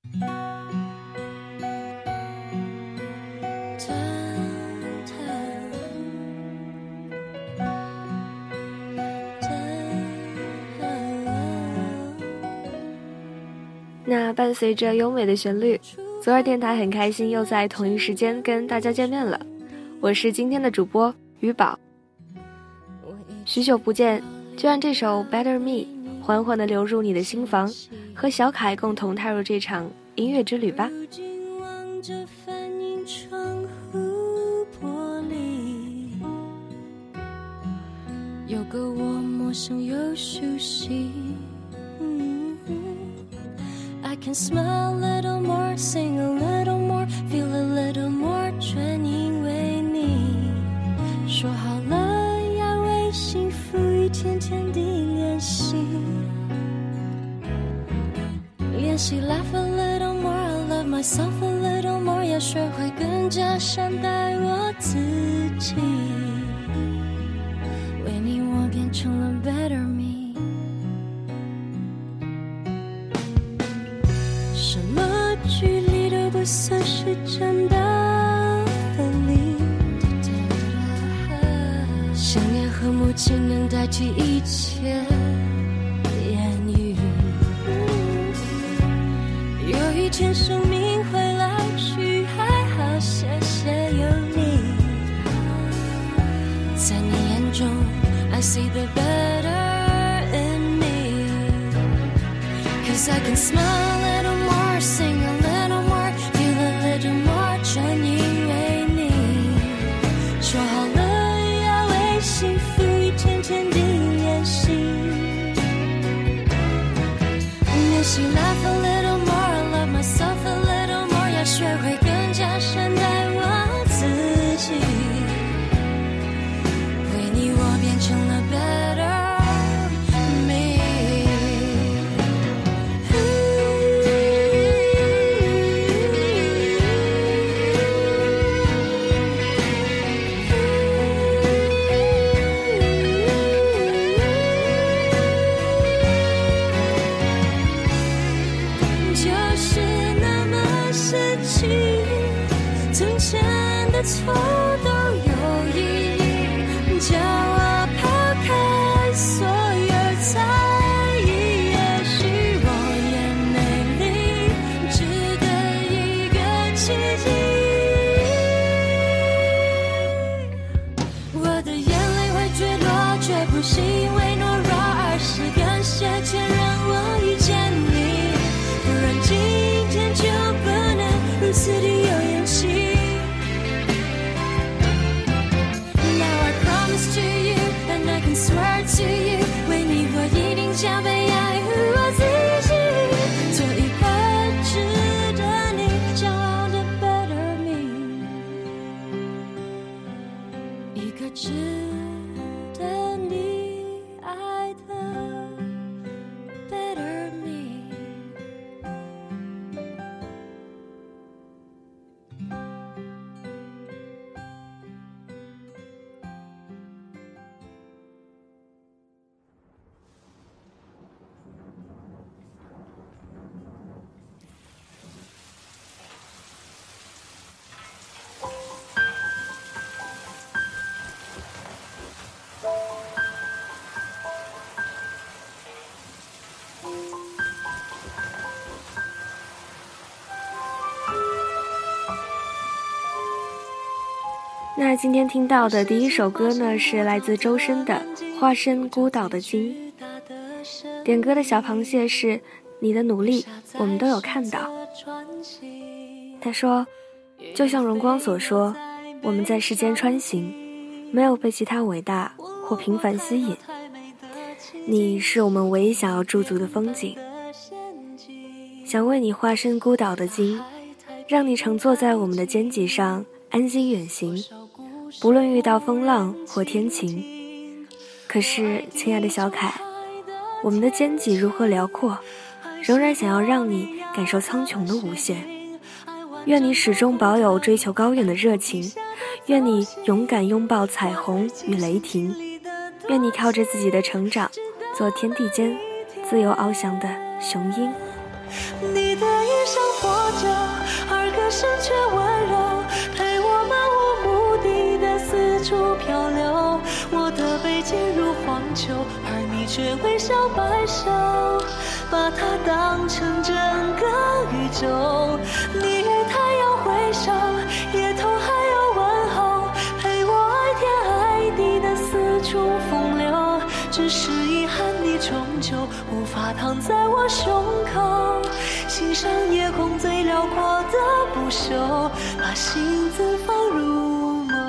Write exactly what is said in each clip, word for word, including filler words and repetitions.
那伴随着优美的旋律，左耳电台很开心又在同一时间跟大家见面了。我是今天的主播于宝。许久不见，就让这首 Better Me 缓缓地流入你的心房，和小凯共同踏入这场音乐之旅吧。 望着反映窗户玻璃，有个我陌生又熟悉。I can smile a little more, sing a little more, feel a little more， 全因为你说好了要为幸福一天天地练习，练习 laugh a little more, I love myself a little more， 要学会更加善待我自己，为你我变成了 better me。什么距离都不算是真的分离，想念和母亲能代替一切言语，有一天生命会老去，还好谢谢有你，在你眼中 I see the better in me， Cause I can smile a little more, sing a little more, feel a little more， 全因为你说好了要为幸福一天天地练习，练习 laugh a little more, I love myself a little more， 要学会更加善待我自己，为你我变成了 better错都有意义，叫我抛开所有猜疑，也许我也美丽，值得一个奇迹，我的眼泪会坠落，绝不是因为懦弱，而是感谢天让我遇见你，不然今天就不能如此地有勇气，I can swear to you， 为你我一定加倍爱护我自己，做一个值得你骄傲的 better me， 一个值得你爱的 better me。 那今天听到的第一首歌呢，是来自周深的《化身孤岛的鲸》。点歌的小螃蟹是你的努力，我们都有看到。他说，就像荣光所说，我们在世间穿行，没有被其他伟大或平凡吸引。你是我们唯一想要驻足的风景，想为你化身孤岛的鲸，让你乘坐在我们的肩脊上安心远行，不论遇到风浪或天晴。可是亲爱的小凯，我们的肩脊如何辽阔，仍然想要让你感受苍穹的无限。愿你始终保有追求高远的热情，愿你勇敢拥抱彩虹与雷霆，愿你靠着自己的成长做天地间自由翱翔的雄鹰。 你的衣裳却微笑摆手，把它当成整个宇宙。你与太阳挥手，夜头还有问候，陪我爱天爱地的四处风流。只是遗憾，你终究无法躺在我胸口，欣赏夜空最辽阔的不朽，把心字放入眸。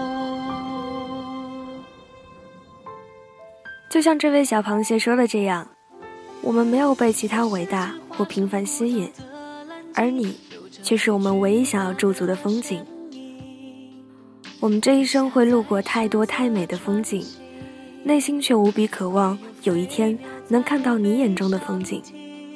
就像这位小螃蟹说的这样，我们没有被其他伟大或平凡吸引，而你却是我们唯一想要驻足的风景。我们这一生会路过太多太美的风景，内心却无比渴望有一天能看到你眼中的风景。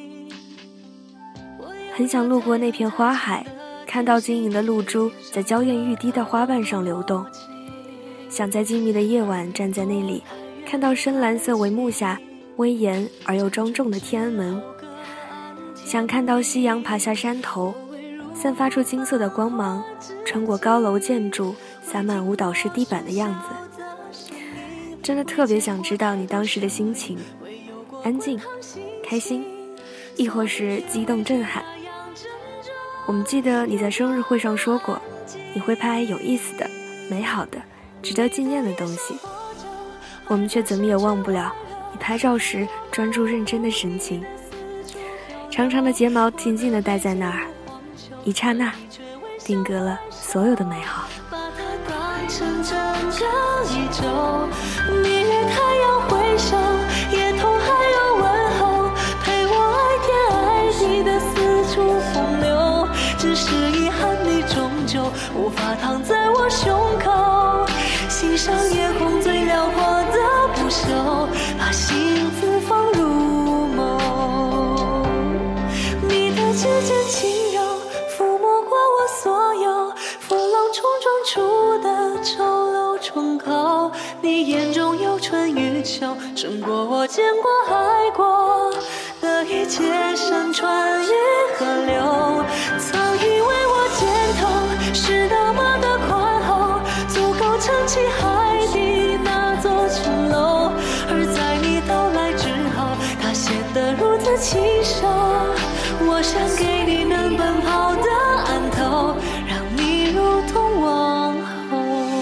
很想路过那片花海，看到晶莹的露珠在娇艳欲滴的花瓣上流动，想在静谧的夜晚站在那里，看到深蓝色帷幕下威严而又庄重的天安门，想看到夕阳爬下山头，散发出金色的光芒，穿过高楼建筑，洒满舞蹈室地板的样子。真的特别想知道你当时的心情，安静、开心，亦或是激动震撼。我们记得你在生日会上说过，你会拍有意思的、美好的、值得纪念的东西。我们却怎么也忘不了你拍照时专注认真的神情，长长的睫毛静静地待在那儿，一刹那定格了所有的美好。 把它当成整个宇宙，你与太阳挥手，夜头还有问候，陪我爱天爱地的四处风流。只是遗憾，你终究无法躺在我胸口，欣赏夜空最辽阔的不朽，把心字放入眸。你的指尖轻柔抚摸过我所有风浪冲撞出的丑陋冲口，你眼中有春与秋，胜过我见过爱过的一切山川与河流。曾以为我肩头是那么的宽厚，足够撑起海底那座城楼，而在你到来之后，它显得如此清瘦。我想给你能奔跑的岸头，让你如同王后。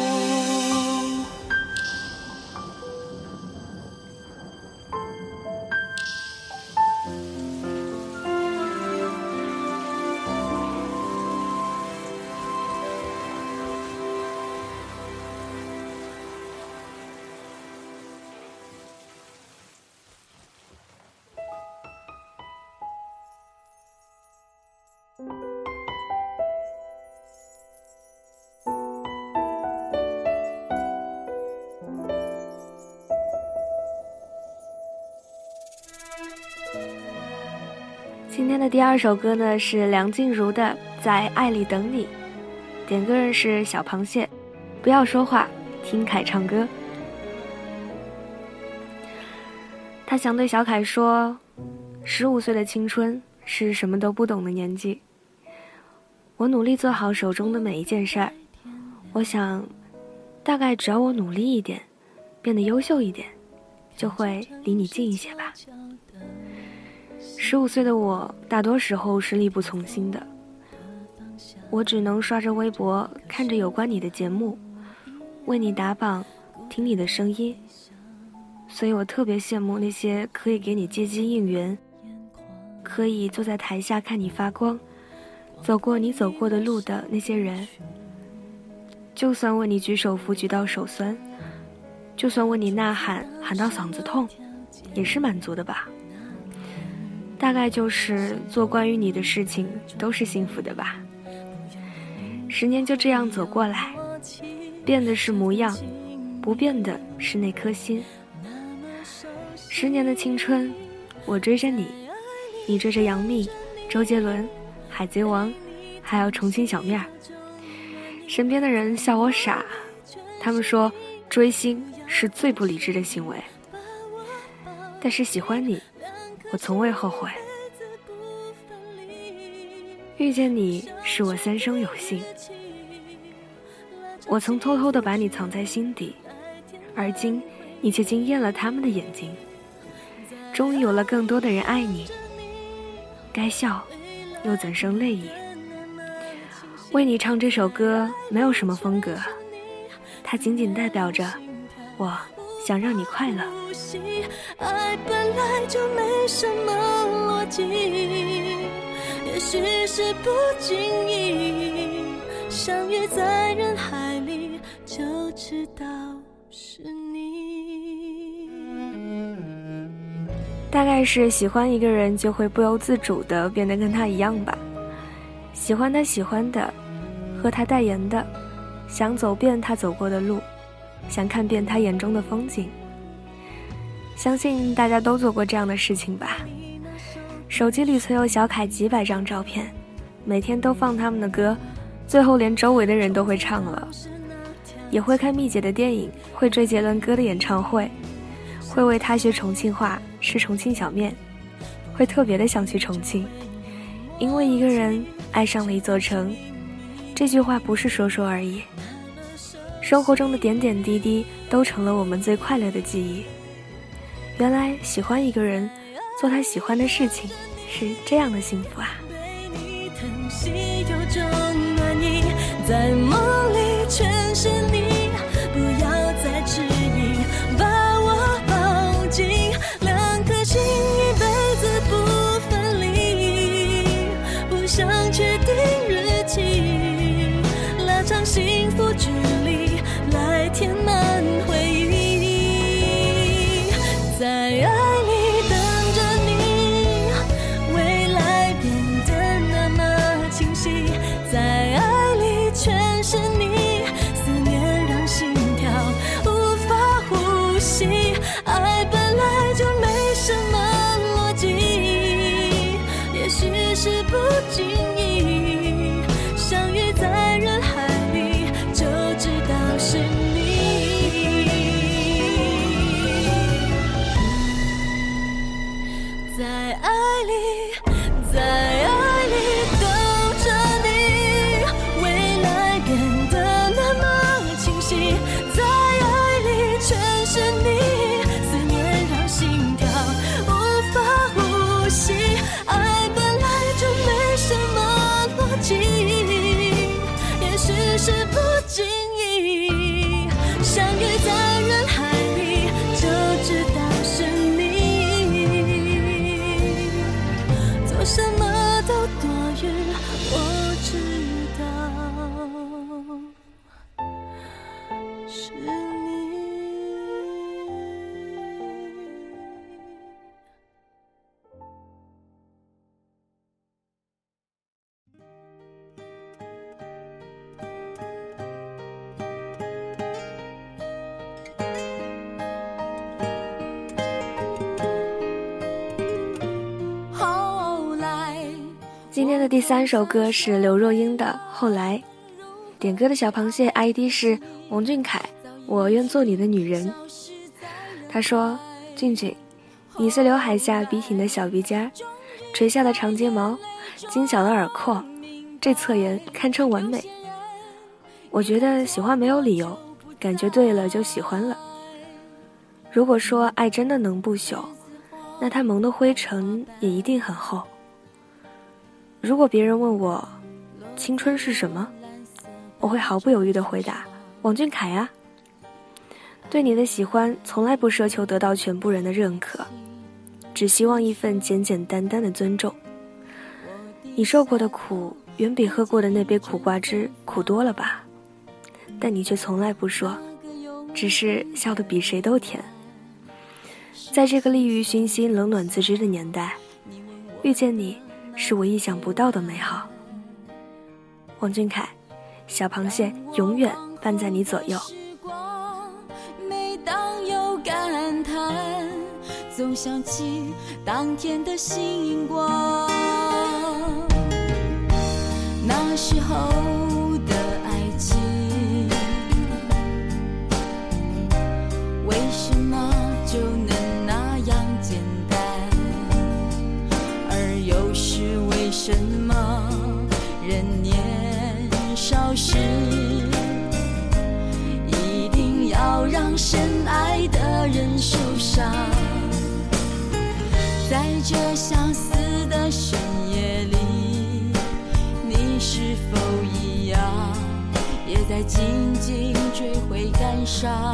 今天的第二首歌呢是梁静茹的《在爱里等你》，点歌人是小螃蟹。不要说话，听凯唱歌。他想对小凯说，十五岁的青春是什么都不懂的年纪，我努力做好手中的每一件事儿，我想大概只要我努力一点，变得优秀一点，就会离你近一些吧。十五岁的我大多时候是力不从心的，我只能刷着微博，看着有关你的节目，为你打榜，听你的声音，所以我特别羡慕那些可以给你接机应援，可以坐在台下看你发光，走过你走过的路的那些人。就算为你举手幅举到手酸，就算为你呐喊喊到嗓子痛，也是满足的吧。大概就是做关于你的事情都是幸福的吧。十年就这样走过来，变的是模样，不变的是那颗心。十年的青春，我追着你，你追着杨幂、周杰伦、海贼王，还有重庆小面儿。身边的人笑我傻，他们说追星是最不理智的行为，但是喜欢你，我从未后悔。遇见你是我三生有幸，我曾偷偷地把你藏在心底，而今你却惊艳了他们的眼睛。 终于有了更多的人爱你，该笑又怎生泪意？为你唱这首歌没有什么风格，它仅仅代表着我想让你快乐。 爱本来就没什么逻辑，也许是不经意相遇在人海里，就知道是你。 大概是喜欢一个人就会不由自主地变得跟他一样吧，喜欢他喜欢的，和他代言的，想走遍他走过的路，想看遍他眼中的风景。相信大家都做过这样的事情吧，手机里存有小凯几百张照片，每天都放他们的歌，最后连周围的人都会唱了。也会看蜜姐的电影，会追杰伦哥的演唱会，会为他学重庆话，吃重庆小面，会特别的想去重庆，因为一个人爱上了一座城。这句话不是说说而已，生活中的点点滴滴都成了我们最快乐的记忆。原来喜欢一个人，做他喜欢的事情，是这样的幸福啊。 对你疼惜有种暖意，在梦里全是你，不要再迟疑，把我抱紧，两颗心一辈子不分离，不想确定日期，拉长幸福距离，来填满回忆。在爱里等着你，未来变得那么清晰，在爱里全是你，思念让心跳无法呼吸，爱本来就没什么逻辑，也许是不经意相遇在人海里，就知道是你。在爱里，在爱里等着你，未来变得那么清晰，在爱里全是你，思念让心跳无法呼吸，爱本来就没什么逻辑，也许是不经意相遇在人海里，就知道是你。做什么都多余，我知道是你。 今天的第三首歌是刘若英的《后来》，点歌的小螃蟹 I D 是王俊凯，我愿做你的女人。他说，俊俊，你是刘海下笔挺的小鼻尖，垂下的长睫毛，精小的耳廓，这侧颜堪称完美。我觉得喜欢没有理由，感觉对了就喜欢了。如果说爱真的能不朽，那它蒙的灰尘也一定很厚。如果别人问我青春是什么，我会毫不犹豫地回答王俊凯啊。对你的喜欢从来不奢求得到全部人的认可，只希望一份简简单单的尊重。你受过的苦远比喝过的那杯苦瓜汁苦多了吧，但你却从来不说，只是笑得比谁都甜。在这个利欲熏心冷暖自知的年代，遇见你是我意想不到的美好。王俊凯，小螃蟹永远伴在你左右。 每当有感叹，总想起当天的星光，那时候的爱情为什么就能那样简单，而又是为什么人年少时一定要让深爱的人受伤。 这相思的深夜里，你是否一样也在静静追悔感伤？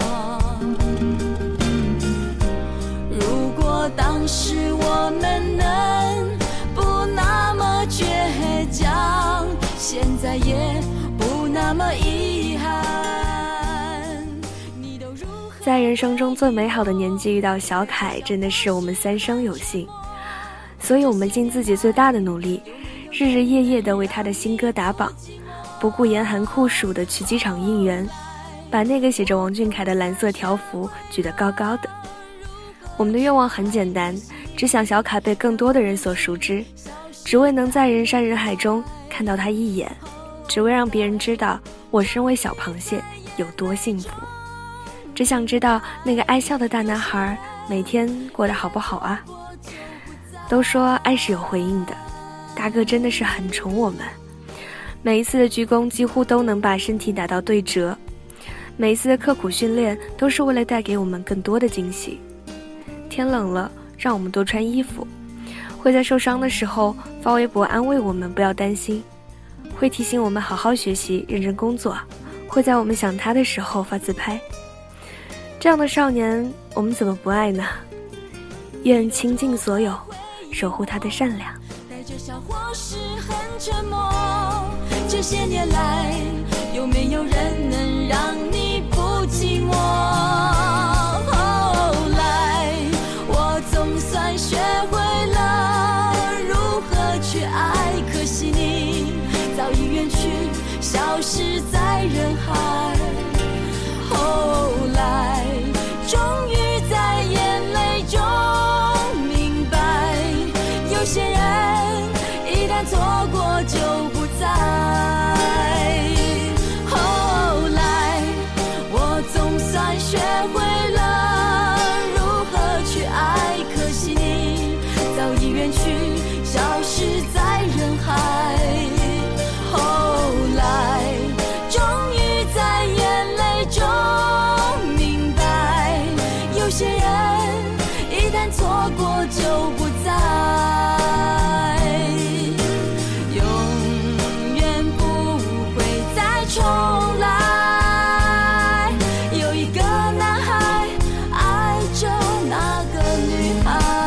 如果当时我们能不那么倔强，现在也不那么遗憾。你都如何在人生中最美好的年纪遇到小凯，真的是我们三生有幸，所以我们尽自己最大的努力，日日夜夜的为他的新歌打榜，不顾严寒酷暑的去机场应援，把那个写着王俊凯的蓝色条幅举得高高的。我们的愿望很简单，只想小凯被更多的人所熟知，只为能在人山人海中看到他一眼，只为让别人知道我身为小螃蟹有多幸福，只想知道那个爱笑的大男孩每天过得好不好啊。都说爱是有回应的，大哥真的是很宠我们，每一次的鞠躬几乎都能把身体打到对折，每一次的刻苦训练都是为了带给我们更多的惊喜。天冷了，让我们多穿衣服，会在受伤的时候发微博安慰我们不要担心，会提醒我们好好学习认真工作，会在我们想他的时候发自拍。这样的少年我们怎么不爱呢？愿倾尽所有守护他的善良。 带着笑或是很沉默，这些年来有没有人能让你不寂寞？后来我总算学会了如何去爱，可惜你早已远去，消失在人海。后来终于在眼泪中明白，有些人一旦错过就不在。后来我总算学会了如何去爱，可惜你早已远去，消失在人海。后来终于在眼泪中明白，有些人一旦错过就不在，永远不会再重来。有一个男孩爱着那个女孩。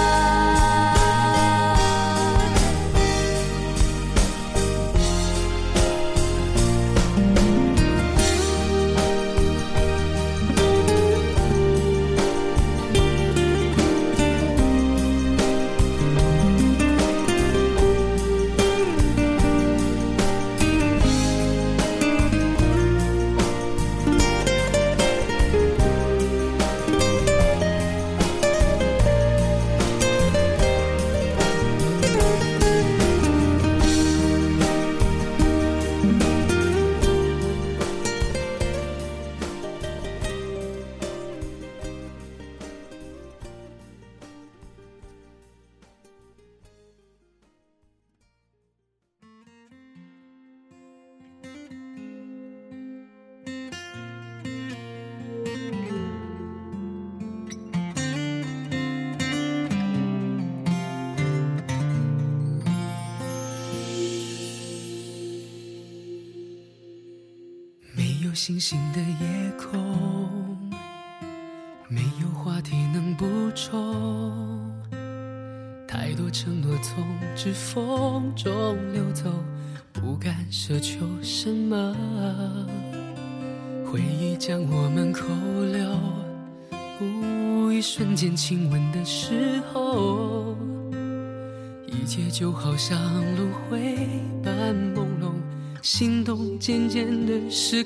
星星的夜空，没有话题能补充，太多承诺从指缝中流走，不敢奢求什么。回忆将我们扣留，无一瞬间亲吻的时候，一切就好像轮回般朦胧，心动渐渐的失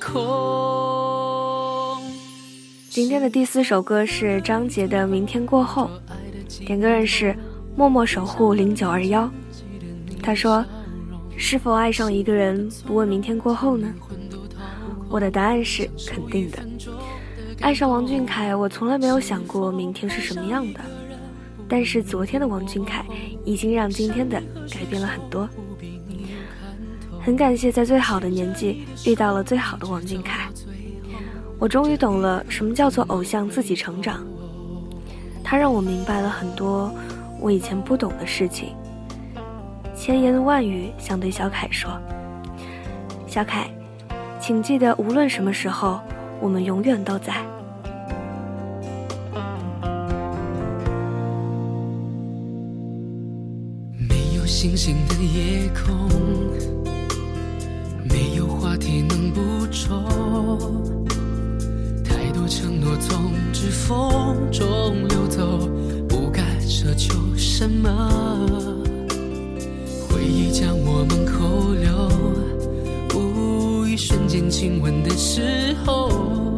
控。 今天的第四首歌是张杰的《明天过后》，点歌人是默默守护零九二幺。他说，是否爱上一个人不问明天过后呢？我的答案是肯定的。爱上王俊凯，我从来没有想过明天是什么样的，但是昨天的王俊凯已经让今天的改变了很多。很感谢在最好的年纪遇到了最好的王俊凯，我终于懂了什么叫做偶像自己成长。他让我明白了很多我以前不懂的事情。千言万语想对小凯说，小凯，请记得无论什么时候，我们永远都在。 没有星星的夜空，没有话题能补充，太多承诺从指缝中流走，不该奢求什么，回忆将我们扣留，无意瞬间亲吻的时候，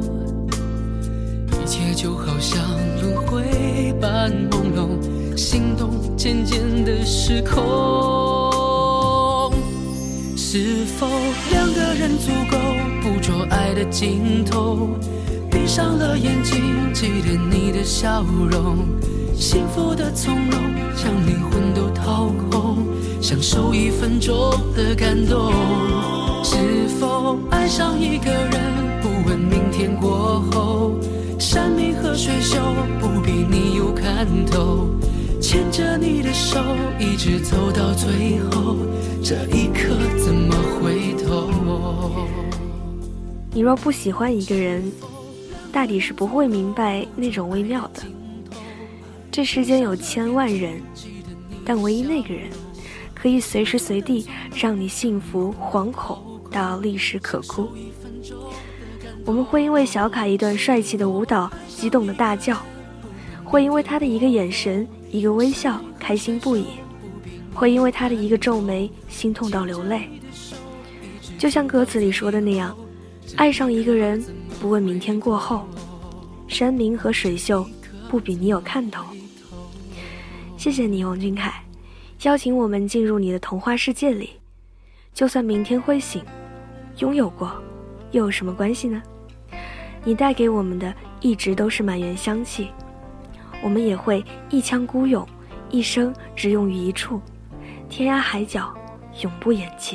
一切就好像轮回般朦胧，心动渐渐的失控。是否两个人足够捕捉爱的尽头？闭上了眼睛，记得你的笑容，幸福的从容，将灵魂都掏空，享受一分钟的感动。是否爱上一个人，不问明天过后，山明和水秀，不比你有看头，牵着你的手，一直走到最后，这一刻怎么回头？ 你若不喜欢一个人，大抵是不会明白那种微妙的。这世间有千万人，但唯一那个人可以随时随地让你幸福惶恐到立时可哭。我们会因为小凯一段帅气的舞蹈激动的大叫，会因为他的一个眼神一个微笑开心不已，会因为他的一个皱眉心痛到流泪。就像歌词里说的那样，爱上一个人不问明天过后，山明和水秀不比你有看头。谢谢你，王俊凯，邀请我们进入你的童话世界里。就算明天会醒，拥有过又有什么关系呢？你带给我们的一直都是满园香气，我们也会一腔孤勇，一生只用于一处，天涯海角永不言弃。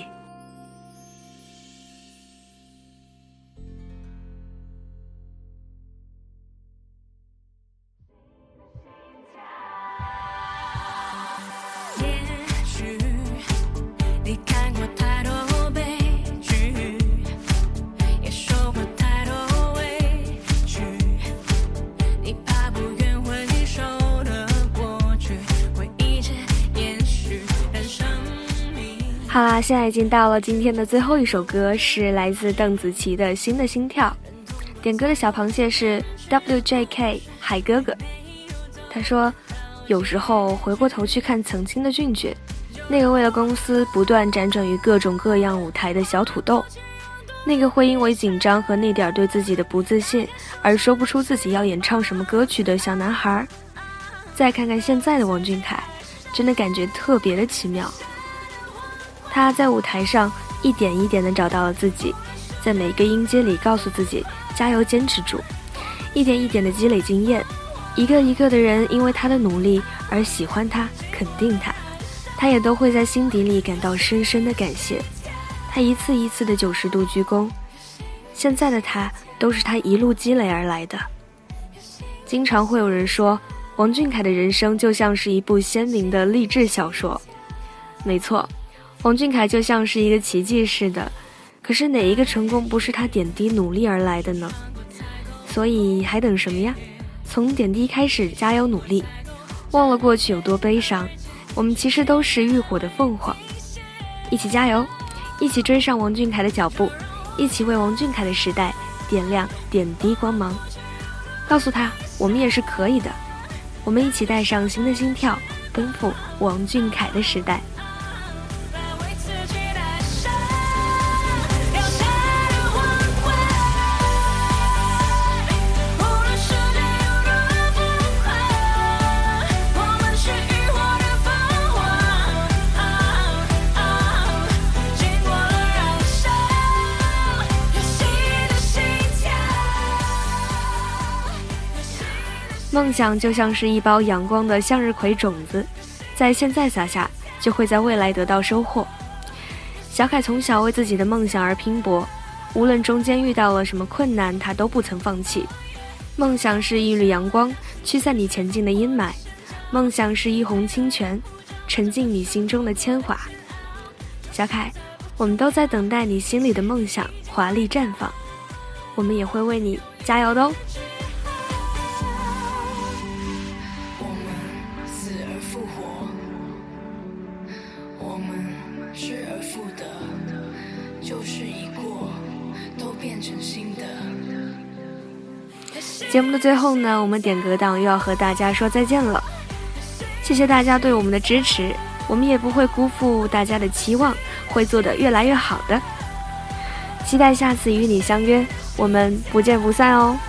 好啦，现在已经到了今天的最后一首歌，是来自邓紫棋的《新的心跳》。点歌的小螃蟹是 W J K 海哥哥，他说有时候回过头去看曾经的俊爵，那个为了公司不断辗转于各种各样舞台的小土豆，那个会因为紧张和那点对自己的不自信而说不出自己要演唱什么歌曲的小男孩，再看看现在的王俊凯，真的感觉特别的奇妙。他在舞台上一点一点地找到了自己，在每个音阶里告诉自己加油坚持住，一点一点地积累经验，一个一个的人因为他的努力而喜欢他肯定他，他也都会在心底里感到深深的感谢。他一次一次的九十度鞠躬，现在的他都是他一路积累而来的。经常会有人说王俊凯的人生就像是一部鲜明的励志小说，没错，王俊凯就像是一个奇迹似的，可是哪一个成功不是他点滴努力而来的呢？所以还等什么呀？从点滴开始加油努力，忘了过去有多悲伤，我们其实都是浴火的凤凰，一起加油，一起追上王俊凯的脚步，一起为王俊凯的时代点亮点滴光芒，告诉他我们也是可以的，我们一起带上新的心跳，奔赴王俊凯的时代。梦想就像是一包阳光的向日葵种子，在现在撒下，就会在未来得到收获。小凯从小为自己的梦想而拼搏，无论中间遇到了什么困难，他都不曾放弃。梦想是一缕阳光，驱散你前进的阴霾， 梦想是一泓清泉，沉浸你心中的铅华。小凯，我们都在等待你心里的梦想华丽绽放，我们也会为你加油的哦。 我们死而复活，我们失而复得，旧事已过，都变成新的。 节目的最后呢，我们点歌党又要和大家说再见了。谢谢大家对我们的支持，我们也不会辜负大家的期望，会做得越来越好的。期待下次与你相约，我们不见不散哦。